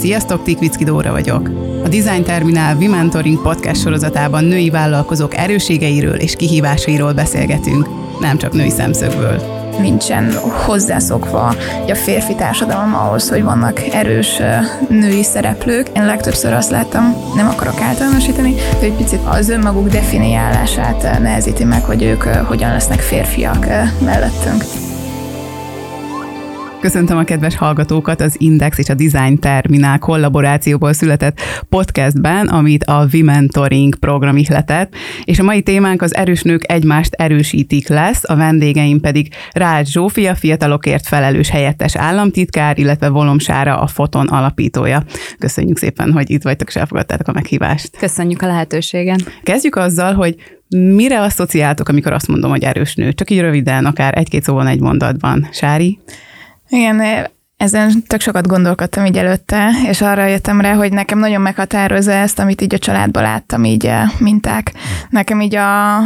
Sziasztok, Tikvicki Dóra vagyok. A Design Terminál Womentoring podcast sorozatában női vállalkozók erősségeiről és kihívásairól beszélgetünk, nem csak női szemszögből. Nincsen hozzászokva a férfi társadalom ahhoz, hogy vannak erős női szereplők. Én legtöbbször azt láttam, nem akarok általánosítani, hogy egy picit az önmaguk definiálását nehezíti meg, hogy ők hogyan lesznek férfiak mellettünk. Köszöntöm a kedves hallgatókat az Index és a Design Terminál kollaborációból született podcastben, amit a Womentoring program ihletett, és a mai témánk az erős nők egymást erősítik lesz, a vendégeim pedig Rácz Zsófia, fiatalokért felelős helyettes államtitkár, illetve Volom Sára, a Foton alapítója. Köszönjük szépen, hogy itt vagytok és elfogadtátok a meghívást. Köszönjük a lehetőségen. Kezdjük azzal, hogy mire asszociáltok, amikor azt mondom, hogy erős nő? Csak így röviden, akár egy-két szóban, egy mondatban. Sári? Igen, ezen tök sokat gondolkodtam így előtte, és arra jöttem rá, hogy nekem nagyon meghatározza ezt, amit így a családban láttam, így minták. Nekem így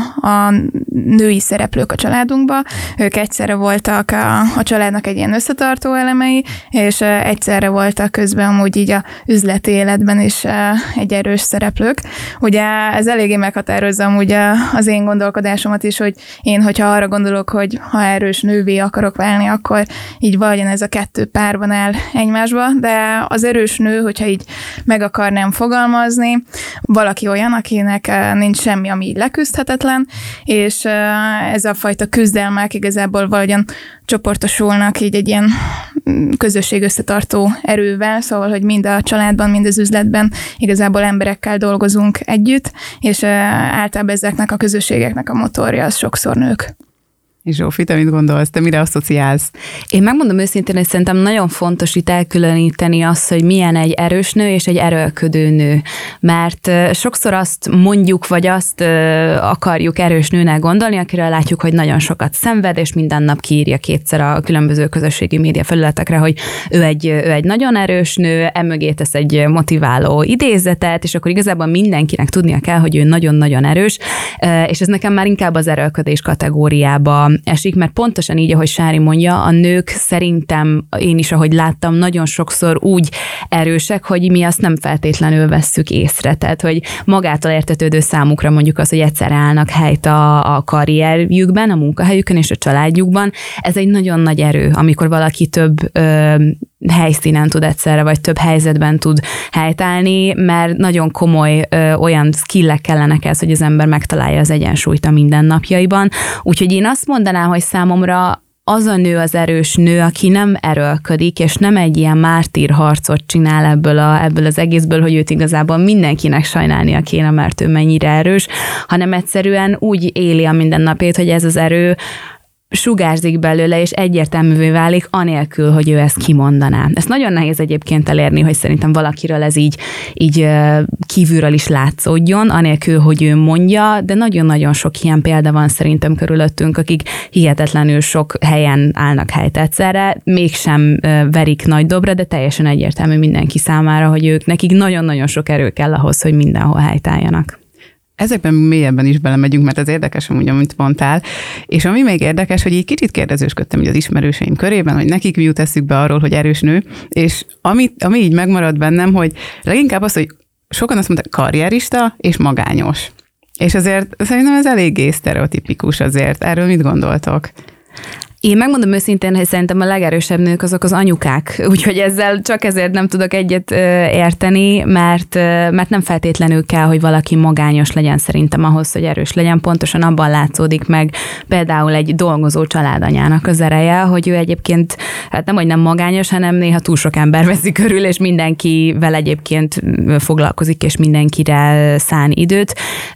a női szereplők a családunkban, ők egyszerre voltak a családnak egy ilyen összetartó elemei, és egyszerre voltak közben amúgy így a üzleti életben is egy erős szereplők. Ugye ez eléggé meghatározza amúgy az én gondolkodásomat is, hogy én, hogyha arra gondolok, hogy ha erős nővé akarok válni, akkor így valahogyan ez a kettő párban áll egymásba, de az erős nő, hogyha így meg akarnám fogalmazni, valaki olyan, akinek nincs semmi, ami így leküzdhetetlen, és ez a fajta küzdelmek igazából valahogyan csoportosulnak így egy ilyen közösség összetartó erővel, szóval, hogy mind a családban, mind az üzletben igazából emberekkel dolgozunk együtt, és általában ezeknek a közösségeknek a motorja az sokszor nők. És Zsófi, te mit gondolsz? Te mire asszociálsz? Én megmondom őszintén, hogy szerintem nagyon fontos itt elkülöníteni azt, hogy milyen egy erős nő és egy erőlködő nő. Mert sokszor azt mondjuk, vagy azt akarjuk erős nőnek gondolni, akiről látjuk, hogy nagyon sokat szenved, és minden nap kiírja kétszer a különböző közösségi média felületekre, hogy ő egy nagyon erős nő, emögé tesz egy motiváló idézetet, és akkor igazából mindenkinek tudnia kell, hogy ő nagyon-nagyon erős, és ez nekem már inkább az erőlködés kategóriába esik, mert pontosan így, ahogy Sári mondja, a nők szerintem, én is, ahogy láttam, nagyon sokszor úgy erősek, hogy mi azt nem feltétlenül vesszük észre. Tehát, hogy magától értetődő számukra mondjuk az, hogy egyszerre állnak helyt a karrierjükben, a munkahelyükön és a családjukban. Ez egy nagyon nagy erő, amikor valaki több helyszínen tud egyszerre, vagy több helyzetben tud helytállni, mert nagyon komoly olyan skillek kellenek ez, hogy az ember megtalálja az egyensúlyt a mindennapjaiban. Úgyhogy én azt mondanám, hogy számomra az a nő az erős nő, aki nem erőlködik, és nem egy ilyen mártírharcot csinál ebből az egészből, hogy őt igazából mindenkinek sajnálnia kéne, mert ő mennyire erős, hanem egyszerűen úgy éli a mindennapét, hogy ez az erő sugárzik belőle, és egyértelművé válik, anélkül, hogy ő ezt kimondaná. Ezt nagyon nehéz egyébként elérni, hogy szerintem valakiről ez így kívülről is látszódjon, anélkül, hogy ő mondja, de nagyon-nagyon sok ilyen példa van szerintem körülöttünk, akik hihetetlenül sok helyen állnak helyt egyszerre, mégsem verik nagy dobra, de teljesen egyértelmű mindenki számára, hogy ők nekik nagyon-nagyon sok erő kell ahhoz, hogy mindenhol helytálljanak. Ezekben mélyebben is belemegyünk, mert ez érdekes, amúgy, amit mondtál. És ami még érdekes, hogy egy kicsit kérdezősködtem így az ismerőseim körében, hogy nekik mi jut eszükbe arról, hogy erős nő, és ami így megmaradt bennem, hogy leginkább az, hogy sokan azt mondták, karrierista és magányos. És azért szerintem ez eléggé sztereotipikus azért. Erről mit gondoltok? Én megmondom őszintén, hogy szerintem a legerősebb nők azok az anyukák, úgyhogy ezzel csak ezért nem tudok egyet érteni, mert nem feltétlenül kell, hogy valaki magányos legyen szerintem ahhoz, hogy erős legyen. Pontosan abban látszódik meg például egy dolgozó családanyának az ereje, hogy ő egyébként hát nem, hogy nem magányos, hanem néha túl sok ember veszi körül, és mindenkivel egyébként foglalkozik, és mindenkire szán időt.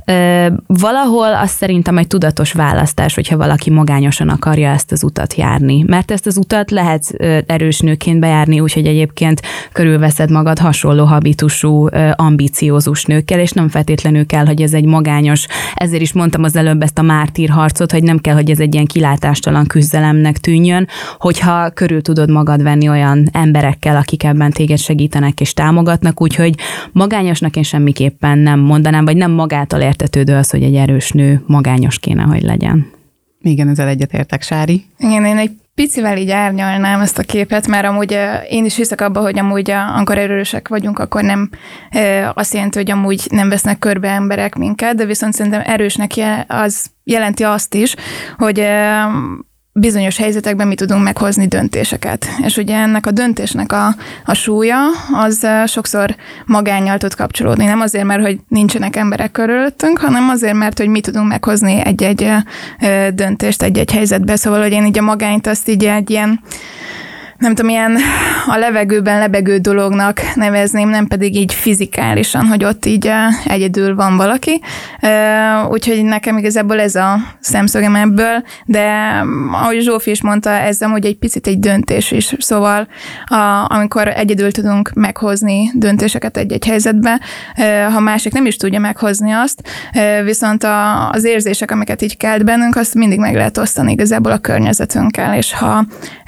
Valahol az szerintem egy tudatos választás, hogyha valaki magányosan akarja ezt az utat járni. Mert ezt az utat lehet erős nőként bejárni, úgyhogy egyébként körülveszed magad hasonló habitusú, ambiciózus nőkkel, és nem feltétlenül kell, hogy ez egy magányos, ezért is mondtam az előbb ezt a mártírharcot, hogy nem kell, hogy ez egy ilyen kilátástalan küzdelemnek tűnjön, hogyha körül tudod magad venni olyan emberekkel, akik ebben téged segítenek és támogatnak, úgyhogy magányosnak én semmiképpen nem mondanám, vagy nem magától értetődő az, hogy egy erős nő magányos kéne, hogy legyen. Igen, ezzel egyetértek, Sári. Igen, én egy picivel így árnyalnám ezt a képet, mert amúgy én is hiszek abba, hogy amúgy amikor erősek vagyunk, akkor nem azt jelenti, hogy amúgy nem vesznek körbe emberek minket, de viszont szerintem erősnek az jelenti azt is, hogy bizonyos helyzetekben mi tudunk meghozni döntéseket. És ugye ennek a döntésnek a súlya, az sokszor magánnyal tud kapcsolódni. Nem azért, mert hogy nincsenek emberek körülöttünk, hanem azért, mert hogy mi tudunk meghozni egy-egy döntést egy-egy helyzetbe. Szóval, hogy én így a magányt azt így egy ilyen, nem tudom, ilyen a levegőben lebegő dolognak nevezném, nem pedig így fizikálisan, hogy ott így egyedül van valaki. Úgyhogy nekem igazából ez a szemszögem ebből, de ahogy Zsófi is mondta, ez amúgy egy picit egy döntés is. Szóval amikor egyedül tudunk meghozni döntéseket egy-egy helyzetbe, ha másik nem is tudja meghozni azt, viszont az érzések, amiket így kelt bennünk, azt mindig meg lehet osztani igazából a környezetünkkel, és ha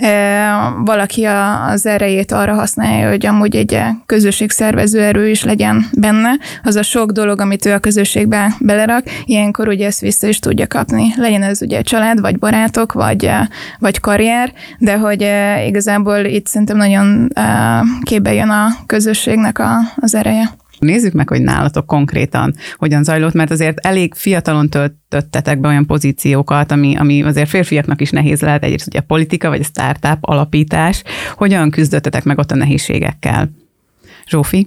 valaki az erejét arra használja, hogy amúgy egy közösségszervező erő is legyen benne, az a sok dolog, amit ő a közösségbe belerak, ilyenkor ugye ezt vissza is tudja kapni. Legyen ez ugye család, vagy barátok, vagy karrier, de hogy igazából itt szerintem nagyon képbe jön a közösségnek az ereje. Nézzük meg, hogy nálatok konkrétan hogyan zajlott, mert azért elég fiatalon töltöttetek be olyan pozíciókat, ami azért férfiaknak is nehéz lehet, egyrészt ugye a politika vagy a startup alapítás. Hogyan küzdöttetek meg ott a nehézségekkel? Zsófi?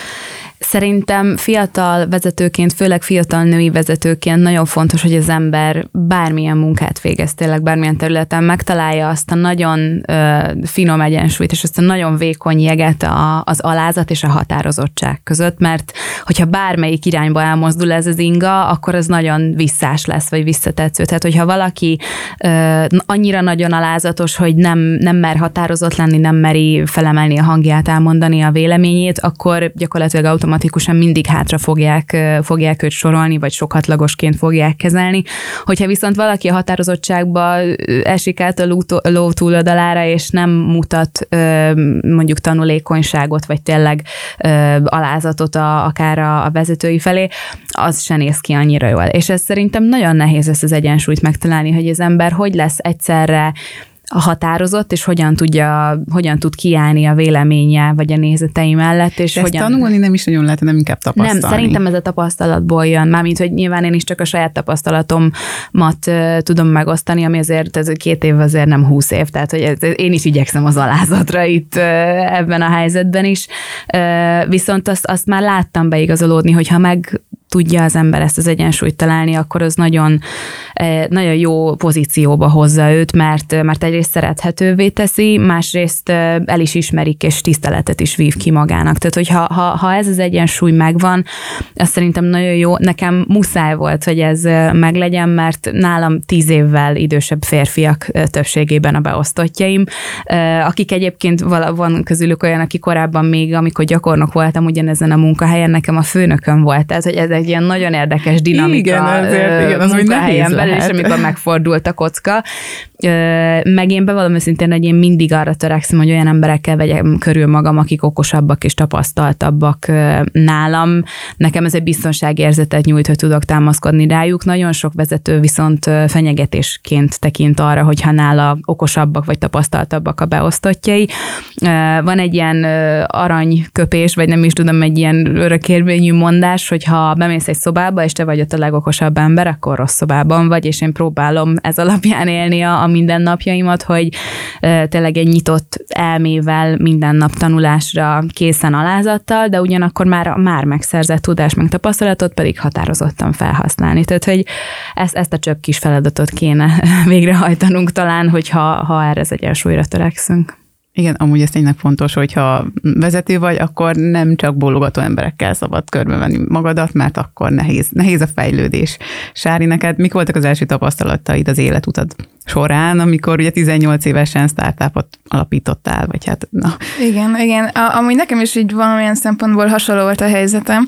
Szerintem fiatal vezetőként, főleg fiatal női vezetőként nagyon fontos, hogy az ember bármilyen munkát végez, tényleg bármilyen területen megtalálja azt a nagyon finom egyensúlyt, és azt a nagyon vékony jeget az alázat és a határozottság között, mert hogyha bármelyik irányba elmozdul ez az inga, akkor az nagyon visszás lesz, vagy visszatetsző. Tehát, hogyha valaki annyira nagyon alázatos, hogy nem mer határozott lenni, nem meri felemelni a hangját, elmondani a véleményét, akkor gyakorlatilag automatikusan mindig hátra fogják őt sorolni, vagy sokhatlagosként fogják kezelni. Hogyha viszont valaki a határozottságba esik át a ló túloldalára, és nem mutat mondjuk tanulékonyságot, vagy tényleg alázatot akár a vezetői felé, az se néz ki annyira jól. És ez szerintem nagyon nehéz ezt az egyensúlyt megtalálni, hogy az ember hogy lesz egyszerre határozott, és hogyan tud kiállni a véleménye, vagy a nézetei mellett. És ezt tanulni nem is nagyon lehet, nem inkább tapasztalni. Nem, szerintem ez a tapasztalatból jön. Mármint, hogy nyilván én is csak a saját tapasztalatomat tudom megosztani, ami azért ez 2 év azért nem 20 év, tehát hogy én is igyekszem az alázatra itt ebben a helyzetben is. Viszont azt már láttam beigazolódni, hogyha meg tudja az ember ezt az egyensúlyt találni, akkor az nagyon, nagyon jó pozícióba hozza őt, mert egyrészt szerethetővé teszi, másrészt el is ismerik, és tiszteletet is vív ki magának. Tehát, hogy ha ez az egyensúly megvan, az szerintem nagyon jó. Nekem muszáj volt, hogy ez meglegyen, mert nálam 10 évvel idősebb férfiak többségében a beosztottjaim, akik egyébként van közülük olyan, aki korábban még, amikor gyakornok voltam ugyanezen a munkahelyen, nekem a főnököm volt. Tehát, hogy ez egy ilyen nagyon érdekes dinamika munkahelyen belül, és amikor megfordult a kocka. Meg én bevallom őszintén, hogy én mindig arra törekszem, hogy olyan emberekkel vegyem körül magam, akik okosabbak és tapasztaltabbak nálam. Nekem ez egy biztonságérzetet nyújt, hogy tudok támaszkodni rájuk. Nagyon sok vezető viszont fenyegetésként tekint arra, hogyha nála okosabbak vagy tapasztaltabbak a beosztottjai. Van egy ilyen aranyköpés, vagy nem is tudom, egy ilyen örökérvényű mondás, hogy ha bemész egy szobába, és te vagy ott a legokosabb ember, akkor rossz szobában vagy, és én próbálom ez alapján élni a mindennapjaimat, hogy tényleg egy nyitott elmével minden nap tanulásra készen alázattal, de ugyanakkor már megszerzett tudás, meg tapasztalatot pedig határozottan felhasználni. Tehát, hogy ezt a csöpp kis feladatot kéne végrehajtanunk talán, hogyha erre az egyensúlyra törekszünk. Igen, amúgy ez tényleg fontos, hogyha vezető vagy, akkor nem csak bólogató emberekkel szabad körbevenni magadat, mert akkor nehéz a fejlődés. Sári, neked mik voltak az első tapasztalataid az életutad során, amikor ugye 18 évesen startupot alapítottál, vagy hát na. Igen. Amúgy nekem is így valamilyen szempontból hasonló volt a helyzetem.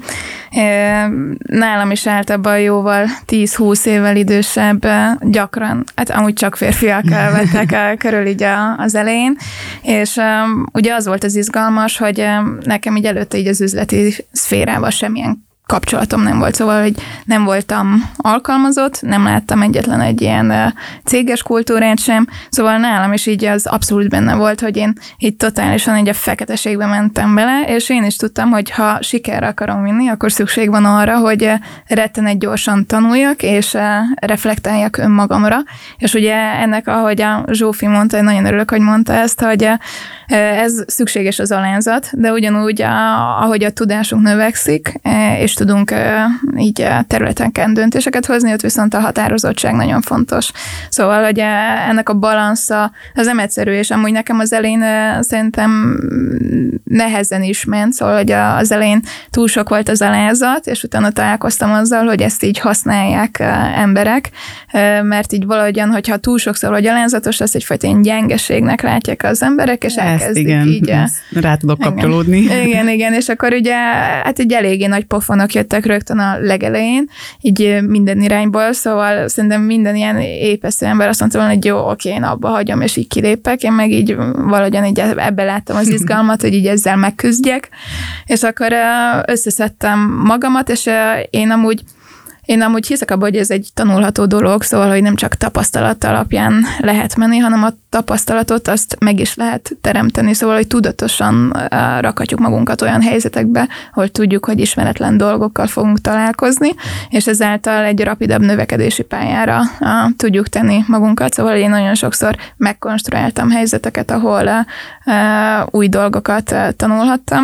Nálam is általában jóval 10-20 évvel idősebb, gyakran, hát amúgy csak férfiak vettek körül így az elején, és ugye az volt az izgalmas, hogy nekem így előtte így az üzleti szférában semmilyen kapcsolatom nem volt, szóval, hogy nem voltam alkalmazott, nem láttam egyetlen egy ilyen céges kultúrát sem, szóval nálam is így az abszolút benne volt, hogy én így totálisan így a feketeségbe mentem bele, és én is tudtam, hogy ha sikerre akarom vinni, akkor szükség van arra, hogy rettenet gyorsan tanuljak, és reflektáljak önmagamra, és ugye ennek, ahogy a Zsófi mondta, nagyon örülök, hogy mondta ezt, hogy ez szükséges az alázat, de ugyanúgy, ahogy a tudásunk növekszik, és tudunk így területenken döntéseket hozni, ott viszont a határozottság nagyon fontos. Szóval, hogy ennek a balansza, az nem egyszerű, és amúgy nekem az elején szerintem nehezen is ment, szóval, hogy az elején túl sok volt az alázat, és utána találkoztam azzal, hogy ezt így használják emberek, mert így valahogyan, hogyha túl sokszor vagy alázatos, azt egyfajta ilyen gyengeségnek látják az emberek, és elkezdik így. Rá tudok kapcsolódni. Igen, és akkor ugye hát egy eléggé nagy pofonok jöttek rögtön a legelején, így minden irányból, szóval szerintem minden ilyen épesző ember azt mondta volna, hogy jó, oké, én abba hagyom, és így kilépek, én meg így valahogyan így ebbe láttam az izgalmat, hogy így ezzel megküzdjek, és akkor összeszedtem magamat, és én amúgy hiszek abban, hogy ez egy tanulható dolog, szóval, hogy nem csak tapasztalat alapján lehet menni, hanem a tapasztalatot azt meg is lehet teremteni, szóval, hogy tudatosan rakhatjuk magunkat olyan helyzetekbe, ahol tudjuk, hogy ismeretlen dolgokkal fogunk találkozni, és ezáltal egy rapidabb növekedési pályára tudjuk tenni magunkat, szóval én nagyon sokszor megkonstruáltam helyzeteket, ahol új dolgokat tanulhattam,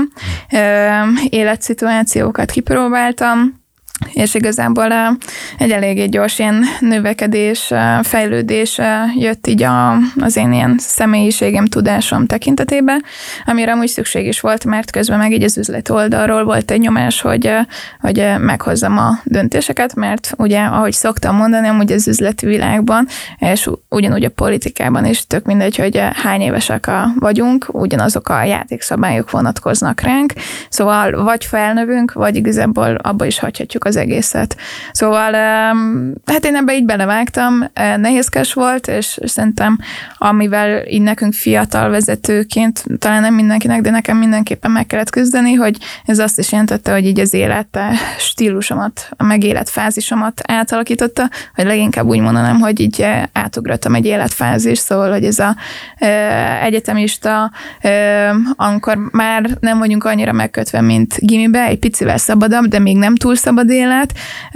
életszituációkat kipróbáltam, és igazából egy eléggé gyors ilyen növekedés, fejlődés jött így az én ilyen személyiségem, tudásom tekintetében, amire amúgy szükség is volt, mert közben meg így az üzlet oldalról volt egy nyomás, hogy meghozzam a döntéseket, mert ugye, ahogy szoktam mondani, amúgy az üzleti világban, és ugyanúgy a politikában is tök mindegy, hogy hány évesek vagyunk, ugyanazok a játékszabályok vonatkoznak ránk, szóval vagy felnövünk, vagy igazából abba is hagyhatjuk az egészet. Szóval hát én ebbe így belevágtam, nehézkes volt, és szerintem amivel így nekünk fiatal vezetőként, talán nem mindenkinek, de nekem mindenképpen meg kellett küzdeni, hogy ez azt is jelentette, hogy így az élet stílusomat, meg életfázisomat átalakította, vagy leginkább úgy mondanám, hogy így átugrottam egy életfázis, szóval, hogy ez a egyetemista, amikor már nem vagyunk annyira megkötve, mint gimibe, egy picivel szabadabb, de még nem túl szabad élet,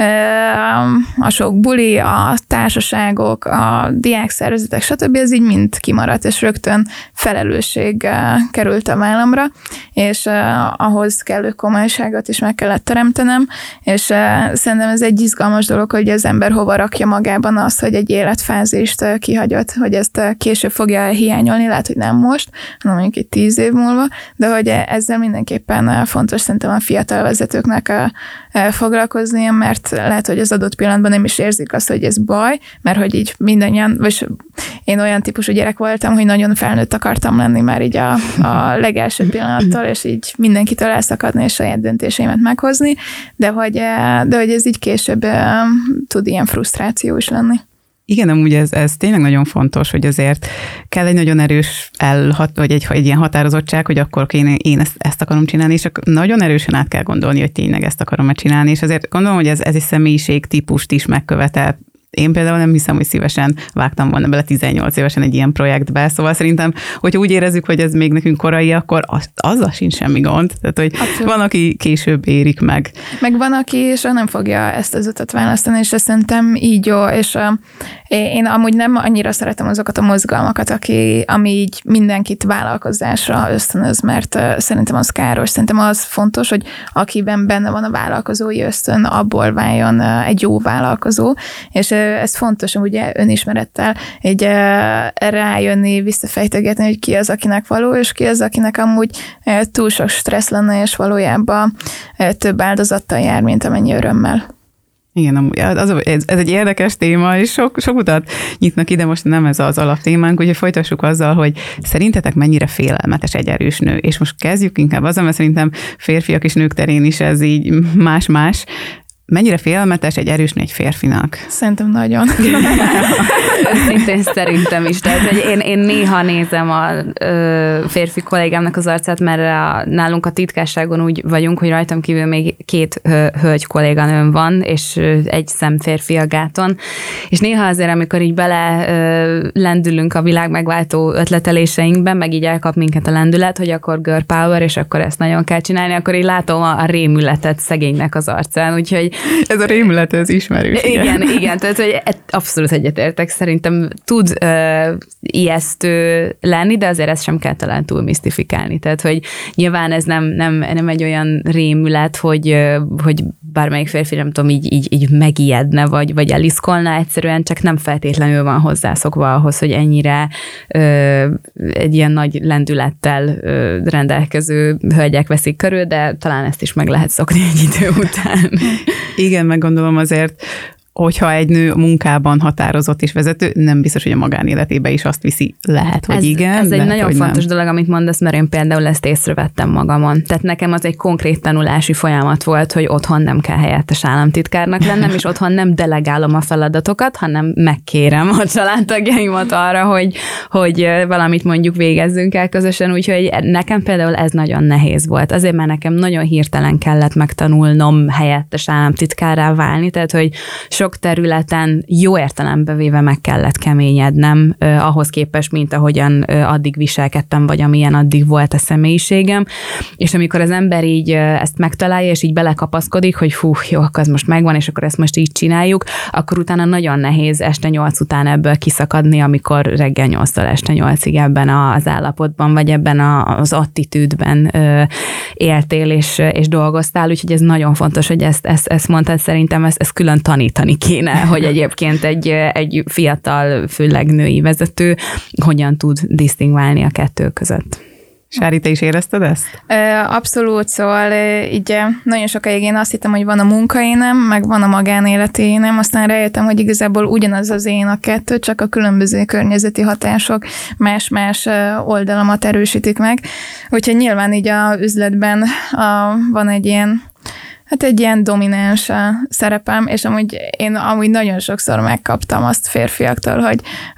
a sok buli, a társaságok, a diákszervezetek, stb. Ez így mind kimaradt, és rögtön felelősség került a vállamra, és ahhoz kellő komolyságot is meg kellett teremtenem, és szerintem ez egy izgalmas dolog, hogy az ember hova rakja magában azt, hogy egy életfázist kihagyott, hogy ezt később fogja hiányolni, lehet, hogy nem most, hanem mondjuk egy 10 év múlva, de hogy ezzel mindenképpen fontos szerintem a fiatal vezetőknek foglalkoznia, mert lehet, hogy az adott pillanatban nem is érzik azt, hogy ez baj, mert hogy így mindannyian, vagy én olyan típusú gyerek voltam, hogy nagyon felnőtt akartam lenni már így a legelső pillanattól, és így mindenkitől elszakadni és saját döntéseimet meghozni, de hogy ez így később tud ilyen frusztráció is lenni. Igen, amúgy ez tényleg nagyon fontos, hogy azért kell egy nagyon erős vagy egy ilyen határozottság, hogy akkor én ezt akarom csinálni, és nagyon erősen át kell gondolni, hogy tényleg ezt akarom csinálni, és azért gondolom, hogy ez egy személyiség típust is megkövetel. Én például nem hiszem, hogy szívesen vágtam volna bele 18 évesen egy ilyen projektbe, szóval szerintem, hogyha úgy érezzük, hogy ez még nekünk korai, akkor azzal sincs semmi gond. Tehát, hogy abszolút. Van, aki később érik meg. Meg van, aki és nem fogja ezt az utat választani, és ezt szerintem így jó, és én amúgy nem annyira szeretem azokat a mozgalmakat, ami így mindenkit vállalkozásra ösztönöz, mert szerintem az káros. Szerintem az fontos, hogy akiben benne van a vállalkozói ösztön, abból váljon egy jó vállalkozó, és ez fontos, ugye önismerettel így rájönni, visszafejtegetni, hogy ki az, akinek való, és ki az, akinek amúgy túl sok stressz lenne, és valójában több áldozattal jár, mint amennyi örömmel. Igen, ez egy érdekes téma, és sok utat nyitnak ide, most nem ez az alaptémánk, úgyhogy folytassuk azzal, hogy szerintetek mennyire félelmetes egy erős nő, és most kezdjük inkább azzal, mert szerintem férfiak és nők terén is ez így más-más. Mennyire félelmetes egy erős nő egy férfinak? Szerintem nagyon. Szintén szerintem is. Tehát, hogy én néha nézem a férfi kollégámnak az arcát, mert nálunk a titkárságon úgy vagyunk, hogy rajtam kívül még 2 hölgy kolléganőm van, és egy szem férfi a gáton. És néha azért, amikor így bele lendülünk a világ megváltó ötleteléseinkben, meg így elkap minket a lendület, hogy akkor girl power, és akkor ezt nagyon kell csinálni, akkor így látom a rémületet szegénynek az arcán, úgyhogy ez a rémület, ez ismerős. Igen, tehát hogy abszolút egyetértek, szerintem tud ijesztő lenni, de azért ezt sem kell talán túl misztifikálni, tehát hogy nyilván ez nem egy olyan rémület, hogy bármelyik férfi, nem tudom, így megijedne, vagy eliszkolna, egyszerűen csak nem feltétlenül van hozzászokva ahhoz, hogy ennyire egy ilyen nagy lendülettel rendelkező hölgyek veszik körül, de talán ezt is meg lehet szokni egy idő után. Igen, meg gondolom azért, hogyha egy nő munkában határozott és vezető, nem biztos, hogy a magánéletébe is azt viszi. Lehet, hogy igen. Ez lehet, egy nagyon fontos dolog, amit mondasz, mert én például ezt észrevettem magamon. Tehát nekem az egy konkrét tanulási folyamat volt, hogy otthon nem kell helyettes államtitkárnak lennem, és otthon nem delegálom a feladatokat, hanem megkérem a családtagjaimat arra, hogy valamit mondjuk végezzünk el közösen, úgyhogy nekem például ez nagyon nehéz volt. Azért, mert nekem nagyon hirtelen kellett megtanulnom helyettes államtitkárrá válni, tehát hogy sok területen jó értelembe véve meg kellett keményednem ahhoz képest, mint ahogyan addig viselkedtem, vagy amilyen addig volt a személyiségem. És amikor az ember így ezt megtalálja, és így belekapaszkodik, hogy fú, jó, akkor ez most megvan, és akkor ezt most így csináljuk, akkor utána nagyon nehéz este 8 után ebből kiszakadni, amikor reggel 8-tól este 8-ig ebben az állapotban, vagy ebben az attitűdben éltél és dolgoztál, úgyhogy ez nagyon fontos, hogy ezt mondtad, szerintem ezt külön tanítani kéne, hogy egyébként egy fiatal, főleg női vezető hogyan tud disztingválni a kettő között. Sári, te is érezted ezt? Abszolút, szóval így nagyon sokáig én azt hittem, hogy van a munkaénem, meg van a magánéleténem, aztán rájöttem, hogy igazából ugyanaz az én a kettő, csak a különböző környezeti hatások más-más oldalamat erősítik meg. Úgyhogy nyilván így az üzletben van egy ilyen domináns szerepem, és én nagyon sokszor megkaptam azt férfiaktól,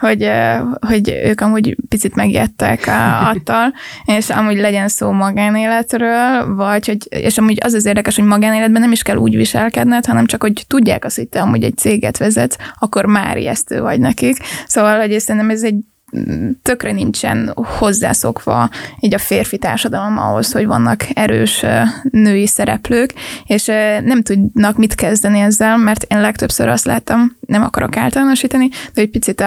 hogy ők amúgy picit megijedtek attól, és amúgy legyen szó magánéletről, és amúgy az érdekes, hogy magánéletben nem is kell úgy viselkedned, hanem csak, hogy tudják azt, hogy te amúgy egy céget vezetsz, akkor már ijesztő vagy nekik. Szóval, hogy szerintem ez egy tökre nincsen hozzászokva így a férfi társadalom ahhoz, hogy vannak erős női szereplők, és nem tudnak mit kezdeni ezzel, mert én legtöbbször azt láttam, nem akarok általánosítani, de egy picit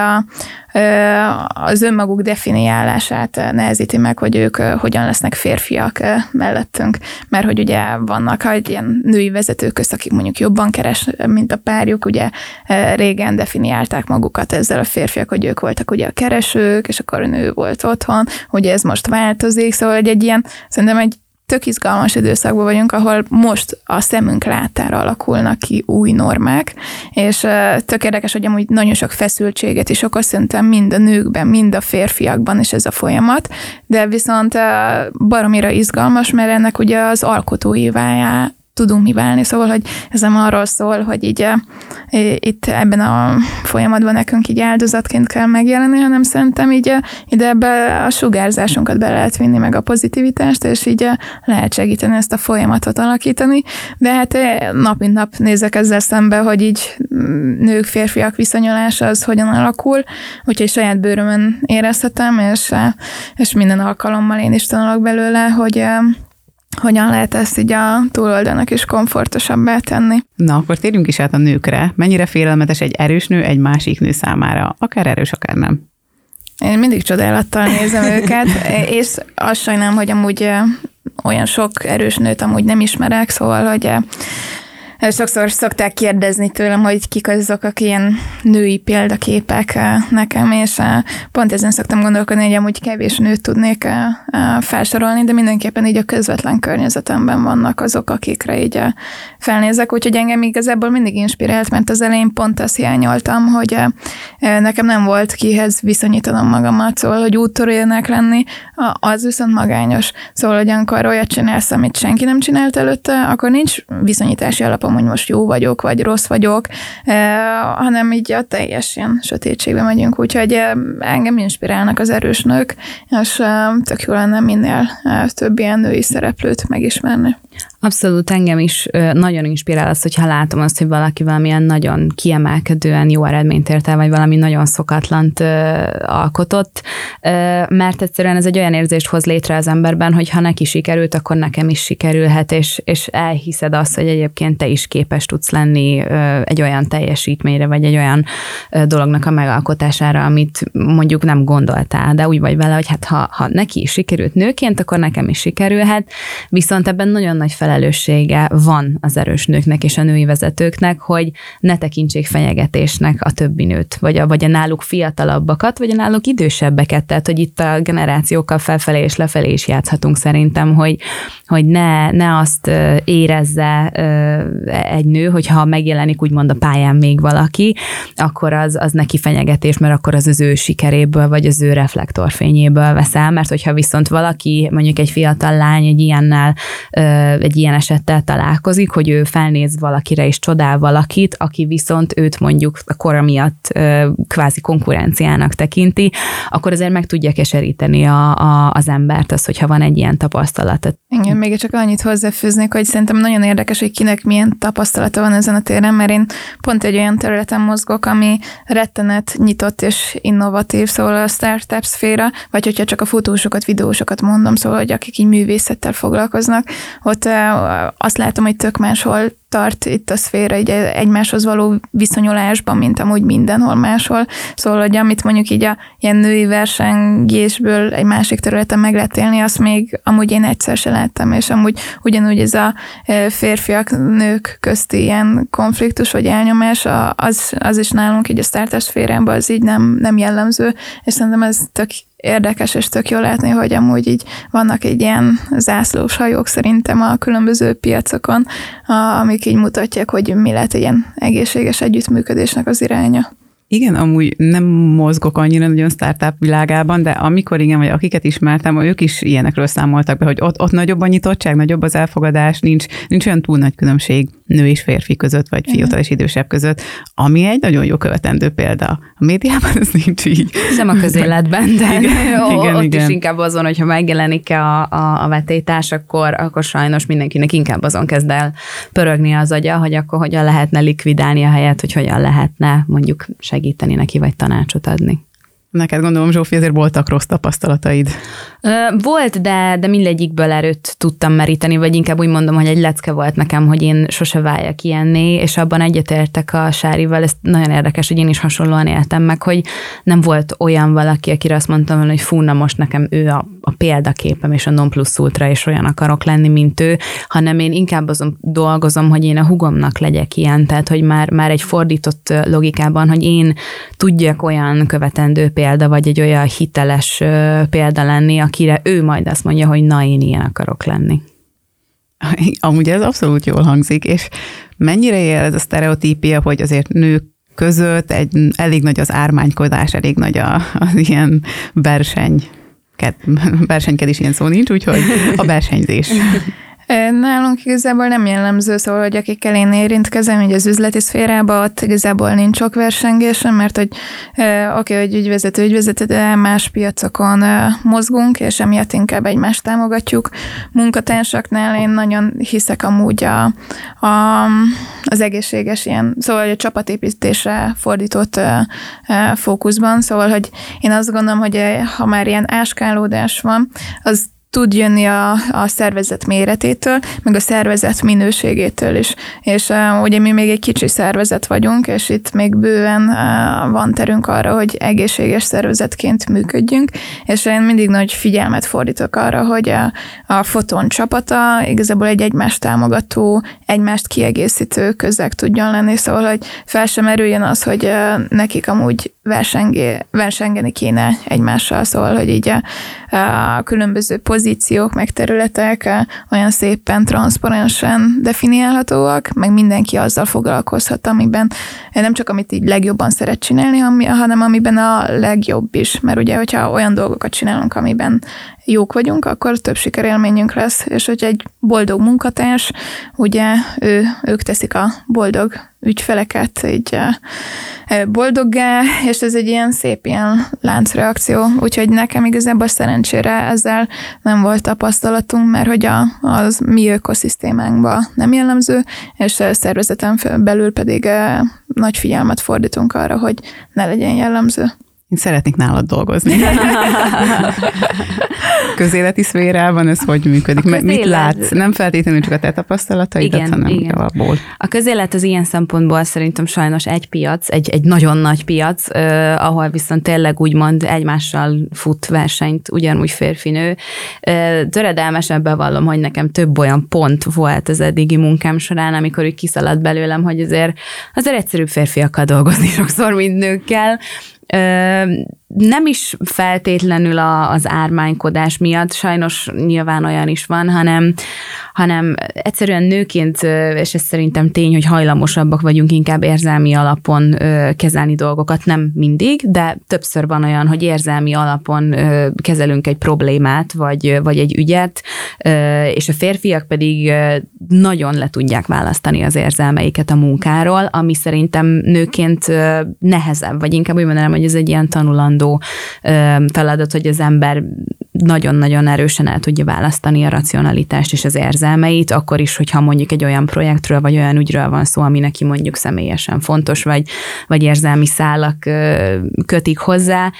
az önmaguk definiálását nehezíti meg, hogy ők hogyan lesznek férfiak mellettünk, mert hogy ugye vannak ilyen női vezetők közt, akik mondjuk jobban keres, mint a párjuk, ugye régen definiálták magukat ezzel a férfiak, hogy ők voltak ugye a keresők, és akkor a nő volt otthon, ugye ez most változik, szóval szerintem egy tök izgalmas időszakban vagyunk, ahol most a szemünk láttára alakulnak ki új normák, és tök érdekes, hogy amúgy nagyon sok feszültséget is okoz szerintem mind a nőkben, mind a férfiakban is ez a folyamat, de viszont baromira izgalmas, mert ennek ugye az alkotóivá tudunk mi válni, szóval, hogy ez nem arról szól, hogy így itt ebben a folyamatban nekünk így áldozatként kell megjelenni, hanem szerintem így ide ebbe a sugárzásunkat be lehet vinni, meg a pozitivitást, és így lehet segíteni ezt a folyamatot alakítani, de hát nap mint nap nézek ezzel szembe, hogy így nők, férfiak viszonyulása az hogyan alakul, úgyhogy saját bőrömön érezhetem, és minden alkalommal én is tanulok belőle, hogy hogyan lehet ezt így a túloldalnak is komfortosabbá tenni. Na, akkor térjünk is át a nőkre. Mennyire félelmetes egy erős nő egy másik nő számára? Akár erős, akár nem. Én mindig csodálattal nézem őket, és azt sajnálom, hogy amúgy olyan sok erős nőt amúgy nem ismerek, szóval, hogy sokszor szokták kérdezni tőlem, hogy kik azok, akik ilyen női példaképek nekem, és pont ezen szoktam gondolkodni, hogy amúgy kevés nőt tudnék felsorolni, de mindenképpen így a közvetlen környezetemben vannak azok, akikre így felnézek, úgyhogy engem igazából mindig inspirált, mert az elején pont azt hiányoltam, hogy nekem nem volt kihez viszonyítanom magamat, szóval, hogy úttörőnek lenni, az viszont magányos. Szóval, hogy amikor olyat csinálsz, amit senki nem csinált előtte, akkor nincs viszonyítási alapom tudom, hogy most jó vagyok, vagy rossz vagyok, hanem így a teljes ilyen sötétségbe megyünk, úgyhogy engem inspirálnak az erős nők, és tök jó lenne minél több ilyen női szereplőt megismerni. Abszolút engem is nagyon inspirál az, hogyha látom azt, hogy valaki valamilyen nagyon kiemelkedően jó eredményt ért el, vagy valami nagyon szokatlant alkotott, mert egyszerűen ez egy olyan érzést hoz létre az emberben, hogy ha neki sikerült, akkor nekem is sikerülhet, és elhiszed azt, hogy egyébként te is képes tudsz lenni egy olyan teljesítményre, vagy egy olyan dolognak a megalkotására, amit mondjuk nem gondoltál, de úgy vagy vele, hogy hát ha neki is sikerült nőként, akkor nekem is sikerülhet, viszont ebben nagyon nagy felelőssége van az erős nőknek és a női vezetőknek, hogy ne tekintsék fenyegetésnek a többi nőt, vagy a náluk fiatalabbakat, vagy a náluk idősebbeket, tehát hogy itt a generációkkal felfelé és lefelé is játszhatunk szerintem, hogy ne azt érezze egy nő, hogyha megjelenik úgymond a pályán még valaki, akkor az neki fenyegetés, mert akkor az ő sikeréből, vagy az ő reflektorfényéből vesz el, mert hogyha viszont valaki, mondjuk egy fiatal lány egy ilyen esettel találkozik, hogy ő felnéz valakire és csodál valakit, aki viszont őt mondjuk a kora miatt kvázi konkurenciának tekinti, akkor azért meg tudja keseríteni az embert az, hogyha van egy ilyen tapasztalat. Igen, még csak annyit hozzáfűznék, hogy szerintem nagyon érdekes, hogy kinek milyen tapasztalata van ezen a téren, mert én pont egy olyan területen mozgok, ami rettenet nyitott és innovatív, szóval a startup szféra, vagy hogyha csak a fotósokat, videósokat mondom, szóval, hogy akik így művészettel foglalkoznak, ott azt látom, hogy tök máshol tart itt a szféra így egymáshoz való viszonyulásban, mint amúgy mindenhol máshol. Szóval, hogy amit mondjuk így a ilyen női versengésből egy másik területen meg lehet élni, azt még amúgy én egyszer se láttam, és amúgy ugyanúgy ez a férfiak, nők közti ilyen konfliktus vagy elnyomás, az is nálunk így a startup szférában az így nem jellemző, és szerintem ez tök érdekes és tök jól látni, hogy amúgy így vannak egy ilyen zászlós hajók szerintem a különböző piacokon, amik így mutatják, hogy mi lehet egy ilyen egészséges együttműködésnek az iránya. Igen, amúgy nem mozgok annyira nagyon startup világában, de amikor igen, vagy akiket ismertem, ők is ilyenekről számoltak be, hogy ott nagyobb a nyitottság, nagyobb az elfogadás, nincs olyan túl nagy különbség nő és férfi között, vagy fiatal és idősebb között, ami egy nagyon jó követendő példa. A médiában ez nincs így. Nem a közéletben, de igen, is inkább azon, hogyha megjelenik a vetélytárs, akkor sajnos mindenkinek inkább azon kezd el pörögni az agya, hogy akkor hogyan lehetne likvidálni a helyet, hogy hogyan lehetne mondjuk segíteni neki, vagy tanácsot adni. Neked gondolom, Zsófi, azért voltak rossz tapasztalataid. Volt, de mindegyikből erőt tudtam meríteni, vagy inkább úgy mondom, hogy egy lecke volt nekem, hogy én sose váljak ilyenné, és abban egyetértek a Sárival, ez nagyon érdekes, hogy én is hasonlóan éltem meg, hogy nem volt olyan valaki, akire azt mondtam, hogy fú, na most nekem ő a példaképem, és a non plus ultra, és olyan akarok lenni, mint ő, hanem én inkább azon dolgozom, hogy én a hugomnak legyek ilyen, tehát hogy már egy fordított logikában, hogy én tudjak olyan követendő példa, vagy egy olyan hiteles példa lenni, akire ő majd azt mondja, hogy na, én ilyen akarok lenni. Amúgy ez abszolút jól hangzik, és mennyire él ez a sztereotípia, hogy azért nők között elég nagy az ármánykodás, elég nagy az ilyen versenykedés, ilyen szó nincs, úgyhogy a versenyzés. Nálunk igazából nem jellemző, szóval, hogy akikkel én érintkezem, így az üzleti szférában, ott igazából nincs sok versengésem, mert hogy hogy ügyvezető, de más piacokon mozgunk, és emiatt inkább egymást támogatjuk. Munkatársaknál én nagyon hiszek amúgy az egészséges ilyen, szóval a csapatépítésre fordított fókuszban, szóval, hogy én azt gondolom, hogy ha már ilyen áskálódás van, az tud jönni a szervezet méretétől, meg a szervezet minőségétől is. És ugye mi még egy kicsi szervezet vagyunk, és itt még bőven van terünk arra, hogy egészséges szervezetként működjünk, és én mindig nagy figyelmet fordítok arra, hogy a Foton csapata igazából egy egymást támogató, egymást kiegészítő közeg tudjon lenni, szóval, hogy fel sem erüljön az, hogy nekik amúgy versengeni kéne egymással, szóval, hogy így a különböző pozíciók, meg területek olyan szépen, transzparensen definiálhatóak, meg mindenki azzal foglalkozhat, amiben nem csak amit így legjobban szeret csinálni, hanem amiben a legjobb is, mert ugye, hogyha olyan dolgokat csinálunk, amiben jók vagyunk, akkor több sikerélményünk lesz, és hogy egy boldog munkatárs, ugye ők teszik a boldog ügyfeleket így boldoggá, és ez egy ilyen szép ilyen láncreakció, úgyhogy nekem igazából szerencsére ezzel nem volt tapasztalatunk, mert hogy az mi ökoszisztémánkban nem jellemző, és szervezeten belül pedig nagy figyelmet fordítunk arra, hogy ne legyen jellemző. Én szeretnék nálad dolgozni. Közéleti szférában ez hogy működik? Mit látsz? Nem feltétlenül csak a te tapasztalataidat, hanem abból. A közélet az ilyen szempontból szerintem sajnos egy piac, egy nagyon nagy piac, ahol viszont tényleg úgymond egymással fut versenyt, ugyanúgy férfi-nő. Töredelmesen bevallom, hogy nekem több olyan pont volt az eddigi munkám során, amikor úgy kiszaladt belőlem, hogy azért egyszerűbb férfiakkal dolgozni sokszor, mint nőkkel. Nem is feltétlenül az ármánykodás miatt, sajnos nyilván olyan is van, hanem egyszerűen nőként, és ez szerintem tény, hogy hajlamosabbak vagyunk inkább érzelmi alapon kezelni dolgokat, nem mindig, de többször van olyan, hogy érzelmi alapon kezelünk egy problémát, vagy egy ügyet, és a férfiak pedig nagyon le tudják választani az érzelmeiket a munkáról, ami szerintem nőként nehezebb, vagy inkább úgy mondanám, hogy ez egy ilyen tanulandó feladat, hogy az ember nagyon-nagyon erősen el tudja választani a racionalitást és az érzelmeit, akkor is, hogyha mondjuk egy olyan projektről, vagy olyan ügyről van szó, ami neki mondjuk személyesen fontos, vagy érzelmi szálak kötik hozzá.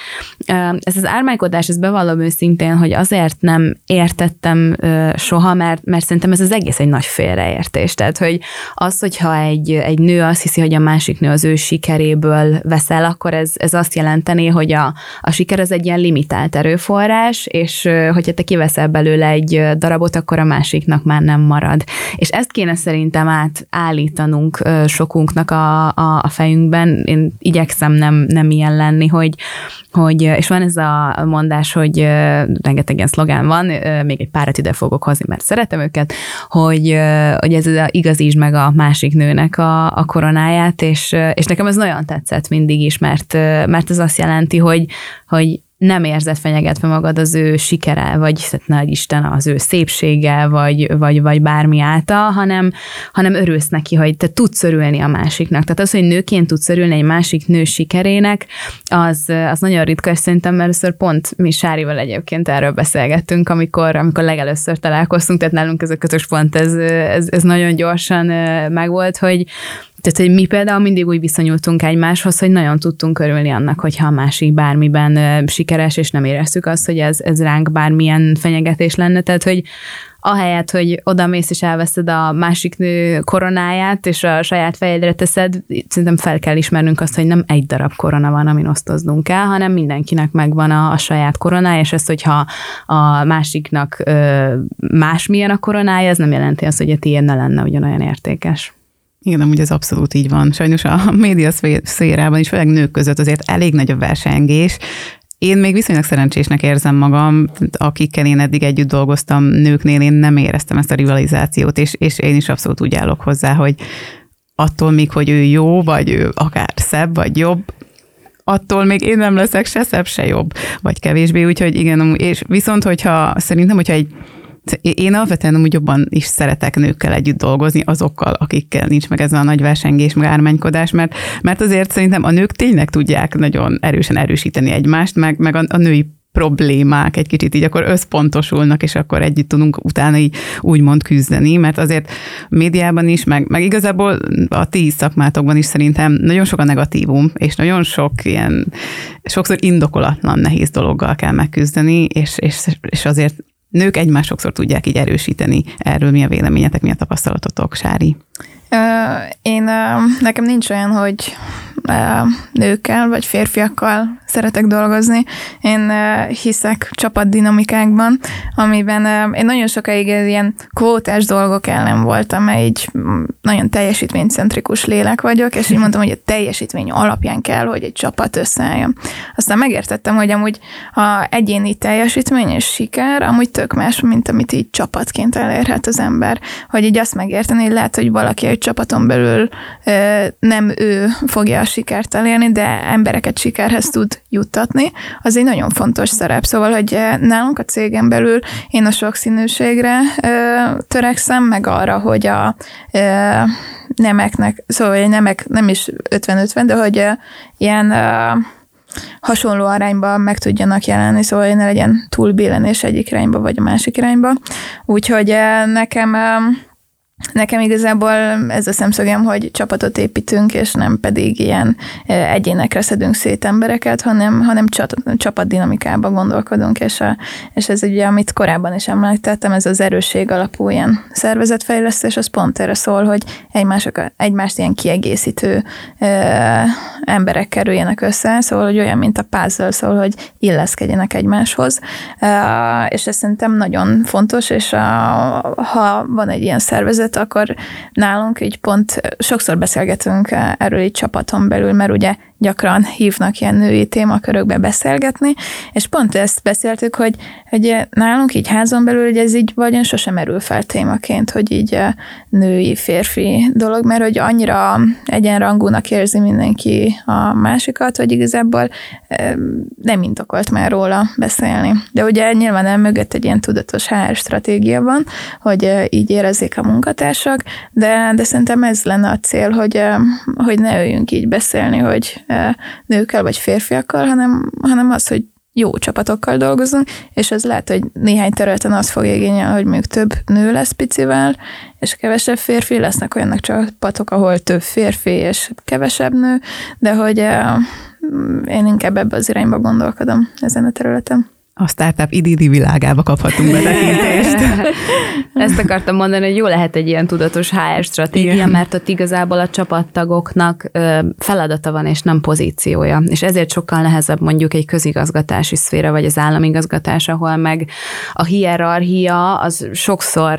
Ez az ármánykodás, ezt bevallom őszintén, hogy azért nem értettem soha, mert szerintem ez az egész egy nagy félreértés. Tehát, hogy az, hogyha egy nő azt hiszi, hogy a másik nő az ő sikeréből veszel, akkor ez azt jelenteni, hogy a siker az egy ilyen limitált erőforrás, és hogyha te kiveszel belőle egy darabot, akkor a másiknak már nem marad. És ezt kéne szerintem átállítanunk sokunknak a fejünkben. Én igyekszem nem ilyen lenni, hogy és van ez a mondás, hogy rengeteg ilyen szlogán van, még egy párat ide fogok hozni, mert szeretem őket, hogy ez igazítsd meg a másik nőnek a koronáját, és nekem ez nagyon tetszett mindig is, mert ez azt jelenti, hogy nem érzed fenyegetve magad az ő sikere, vagy nagy Isten az ő szépsége, vagy bármi által, hanem örülsz neki, hogy te tudsz örülni a másiknak. Tehát az, hogy nőként tudsz örülni egy másik nő sikerének, az nagyon ritka, és szerintem először pont mi Sárival egyébként erről beszélgettünk, amikor legelőször találkoztunk, tehát nálunk ez a közös pont, ez nagyon gyorsan megvolt, tehát, hogy mi például mindig úgy viszonyultunk egymáshoz, hogy nagyon tudtunk örülni annak, hogyha a másik bármiben sikeres, és nem éreztük azt, hogy ez ránk bármilyen fenyegetés lenne. Tehát, hogy ahelyett, hogy odamész és elveszed a másik nő koronáját, és a saját fejedre teszed, szerintem fel kell ismernünk azt, hogy nem egy darab korona van, amin osztoznunk kell, hanem mindenkinek megvan a saját koronája, és ez, hogyha a másiknak másmilyen a koronája, ez nem jelenti azt, hogy a tiéd ne lenne ugyanolyan értékes. Igen, amúgy ez abszolút így van. Sajnos a média szférában is, főleg nők között azért elég nagy a versengés. Én még viszonylag szerencsésnek érzem magam, akikkel én eddig együtt dolgoztam nőknél, én nem éreztem ezt a rivalizációt, és én is abszolút úgy állok hozzá, hogy attól még, hogy ő jó, vagy ő akár szebb, vagy jobb, attól még én nem leszek se szebb, se jobb, vagy kevésbé, úgyhogy igen, és viszont, hogyha én alapvetően amúgy jobban is szeretek nőkkel együtt dolgozni, azokkal, akikkel nincs meg ez a nagy versengés, meg ármánykodás, mert azért szerintem a nők tényleg tudják nagyon erősen erősíteni egymást, meg a női problémák egy kicsit így akkor összpontosulnak, és akkor együtt tudunk utána így úgymond küzdeni, mert azért médiában is, meg igazából a ti szakmátokban is szerintem nagyon sok a negatívum, és nagyon sok ilyen, sokszor indokolatlan nehéz dologgal kell megküzdeni, és azért nők egymást sokszor tudják így erősíteni. Erről mi a véleményetek, mi a tapasztalatotok, Sári? Nekem nincs olyan, hogy nőkkel vagy férfiakkal szeretek dolgozni. Én hiszek csapatdinamikákban, amiben én nagyon sokáig ilyen kvótás dolgok ellen voltam, mert így nagyon teljesítménycentrikus lélek vagyok, és így mondtam, hogy a teljesítmény alapján kell, hogy egy csapat összeálljon. Aztán megértettem, hogy amúgy a egyéni teljesítmény és siker amúgy tök más, mint amit így csapatként elérhet az ember. Hogy így azt megérteni, hogy lehet, hogy valaki egy csapaton belül nem ő fogja a sikert elérni, de embereket sikerhez tud juttatni, az egy nagyon fontos szerep. Szóval, hogy nálunk a cégen belül én a sokszínűségre törekszem, meg arra, hogy a nemeknek, szóval a nemek nem is 50-50, de hogy ilyen hasonló arányban meg tudjanak jelenni, szóval hogy ne legyen túl billenés egyik irányba, vagy a másik irányba. Úgyhogy nekem igazából ez a szemszögem, hogy csapatot építünk, és nem pedig ilyen egyénekre szedünk szét embereket, hanem csapatdinamikában gondolkodunk, és ez ugye, amit korábban is említettem, ez az erősség alapú ilyen szervezetfejlesztés, az pont erre szól, hogy egymást ilyen kiegészítő emberek kerüljenek össze, szóval, hogy olyan, mint a puzzle, szóval, hogy illeszkedjenek egymáshoz, és ez szerintem nagyon fontos, és ha van egy ilyen szervezet, akkor nálunk így pont sokszor beszélgetünk erről így csapaton belül, mert ugye gyakran hívnak ilyen női témakörökbe beszélgetni, és pont ezt beszéltük, hogy nálunk így házon belül, hogy ez így vagyon sosem merül fel témaként, hogy így női-férfi dolog, mert hogy annyira egyenrangúnak érzi mindenki a másikat, hogy igazából nem indokolt már róla beszélni. De ugye nyilván elmögött egy ilyen tudatos HR stratégia van, hogy így érezzék a munkatársak, de szerintem ez lenne a cél, hogy ne öljünk így beszélni, hogy nőkkel vagy férfiakkal, hanem az, hogy jó csapatokkal dolgozunk, és ez lehet, hogy néhány területen azt fog igényelni, hogy még több nő lesz picivel, és kevesebb férfi, lesznek olyanok csapatok, ahol több férfi és kevesebb nő, de hogy én inkább ebbe az irányba gondolkodom ezen a területen. A startup idilli világába kaphatunk betekintést. Ezt akartam mondani, hogy jó lehet egy ilyen tudatos HR stratégia, igen, mert ott igazából a csapattagoknak feladata van, és nem pozíciója. És ezért sokkal nehezebb mondjuk egy közigazgatási szféra, vagy az államigazgatás, ahol meg a hierarchia az sokszor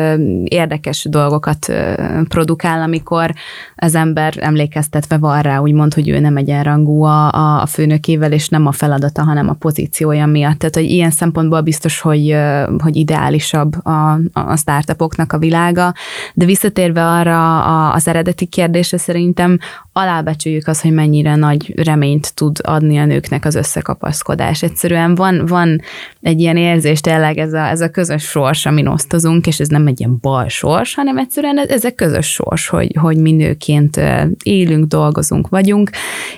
érdekes dolgokat produkál, amikor az ember emlékeztetve van rá, úgymond, hogy ő nem egyenrangú a főnökével, és nem a feladata, hanem a pozíciója miatt. Tehát, hogy ilyen szempontból biztos, hogy ideálisabb a startupoknak a világa, de visszatérve arra az eredeti kérdésre, szerintem alábecsüljük azt, hogy mennyire nagy reményt tud adni a nőknek az összekapaszkodás. Egyszerűen van egy ilyen érzés, tényleg ez a közös sors, amin osztozunk, és ez nem egy ilyen bal sors, hanem egyszerűen ez egy közös sors, hogy mi nőként élünk, dolgozunk, vagyunk,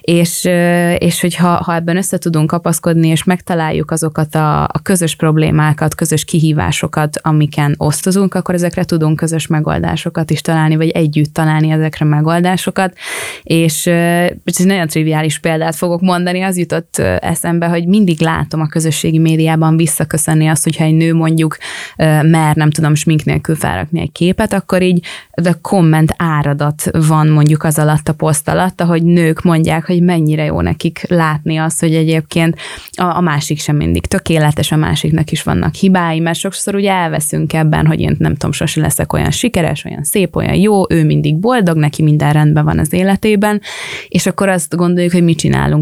és hogyha ebben össze tudunk kapaszkodni, és megtaláljuk azokat a közös problémákat, közös kihívásokat, amiken osztozunk, akkor ezekre tudunk közös megoldásokat is találni, vagy együtt találni ezekre megoldásokat. És egy nagyon triviális példát fogok mondani, az jutott eszembe, hogy mindig látom a közösségi médiában visszaköszönni azt, hogyha egy nő mondjuk mer, nem tudom, smink nélkül felrakni egy képet, akkor így a komment áradat van mondjuk az alatt, a poszt alatt, ahogy nők mondják, hogy mennyire jó nekik látni azt, hogy egyébként a másik sem mindig tökéletes, a másiknak is vannak hibái, mert sokszor ugye elveszünk ebben, hogy én nem tudom, sose leszek olyan sikeres, olyan szép, olyan jó, ő mindig boldog, neki minden rendben van az életében, és akkor azt gondoljuk, hogy mi csinálunk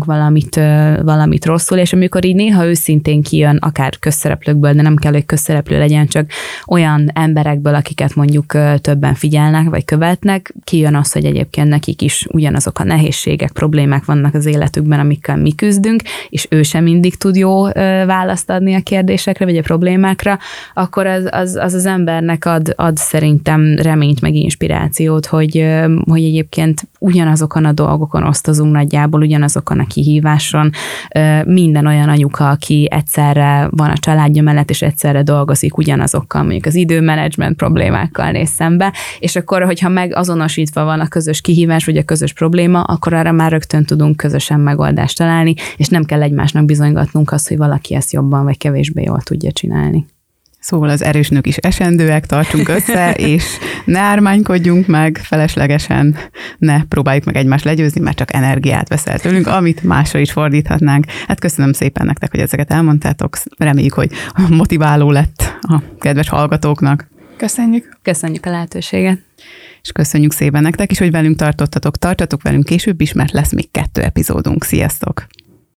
valamit rosszul, és amikor így néha őszintén kijön, akár közszereplőkből, de nem kell, hogy közszereplő legyen, csak olyan emberekből, akiket mondjuk többen figyelnek, vagy követnek, kijön az, hogy egyébként nekik is ugyanazok a nehézségek, problémák vannak az életükben, amikkel mi küzdünk, és ő sem mindig tud jó választ adni a kérdésekre, vagy a problémákra, akkor az embernek ad szerintem reményt, meg inspirációt, hogy egyébként ugyanazokon a dolgokon osztozunk nagyjából, ugyanazokon a kihíváson. Minden olyan anyuka, aki egyszerre van a családja mellett, és egyszerre dolgozik ugyanazokkal, mondjuk az időmenedzsment problémákkal néz szembe, és akkor, hogyha megazonosítva van a közös kihívás, vagy a közös probléma, akkor arra már rögtön tudunk közösen megoldást találni, és nem kell egymásnak bizonygatnunk azt, hogy valaki ezt jobban vagy kevésbé jól tudja csinálni. Szóval az erős nők is esendőek, tartsunk össze, és ne ármánykodjunk meg feleslegesen, ne próbáljuk meg egymást legyőzni, mert csak energiát veszel tőlünk, amit másra is fordíthatnánk. Hát köszönöm szépen nektek, hogy ezeket elmondtátok. Reméljük, hogy motiváló lett a kedves hallgatóknak. Köszönjük. Köszönjük a lehetőséget. És köszönjük szépen nektek is, hogy velünk tartottatok. Tartsatok velünk később is, mert lesz még 2 epizódunk. Sziasztok!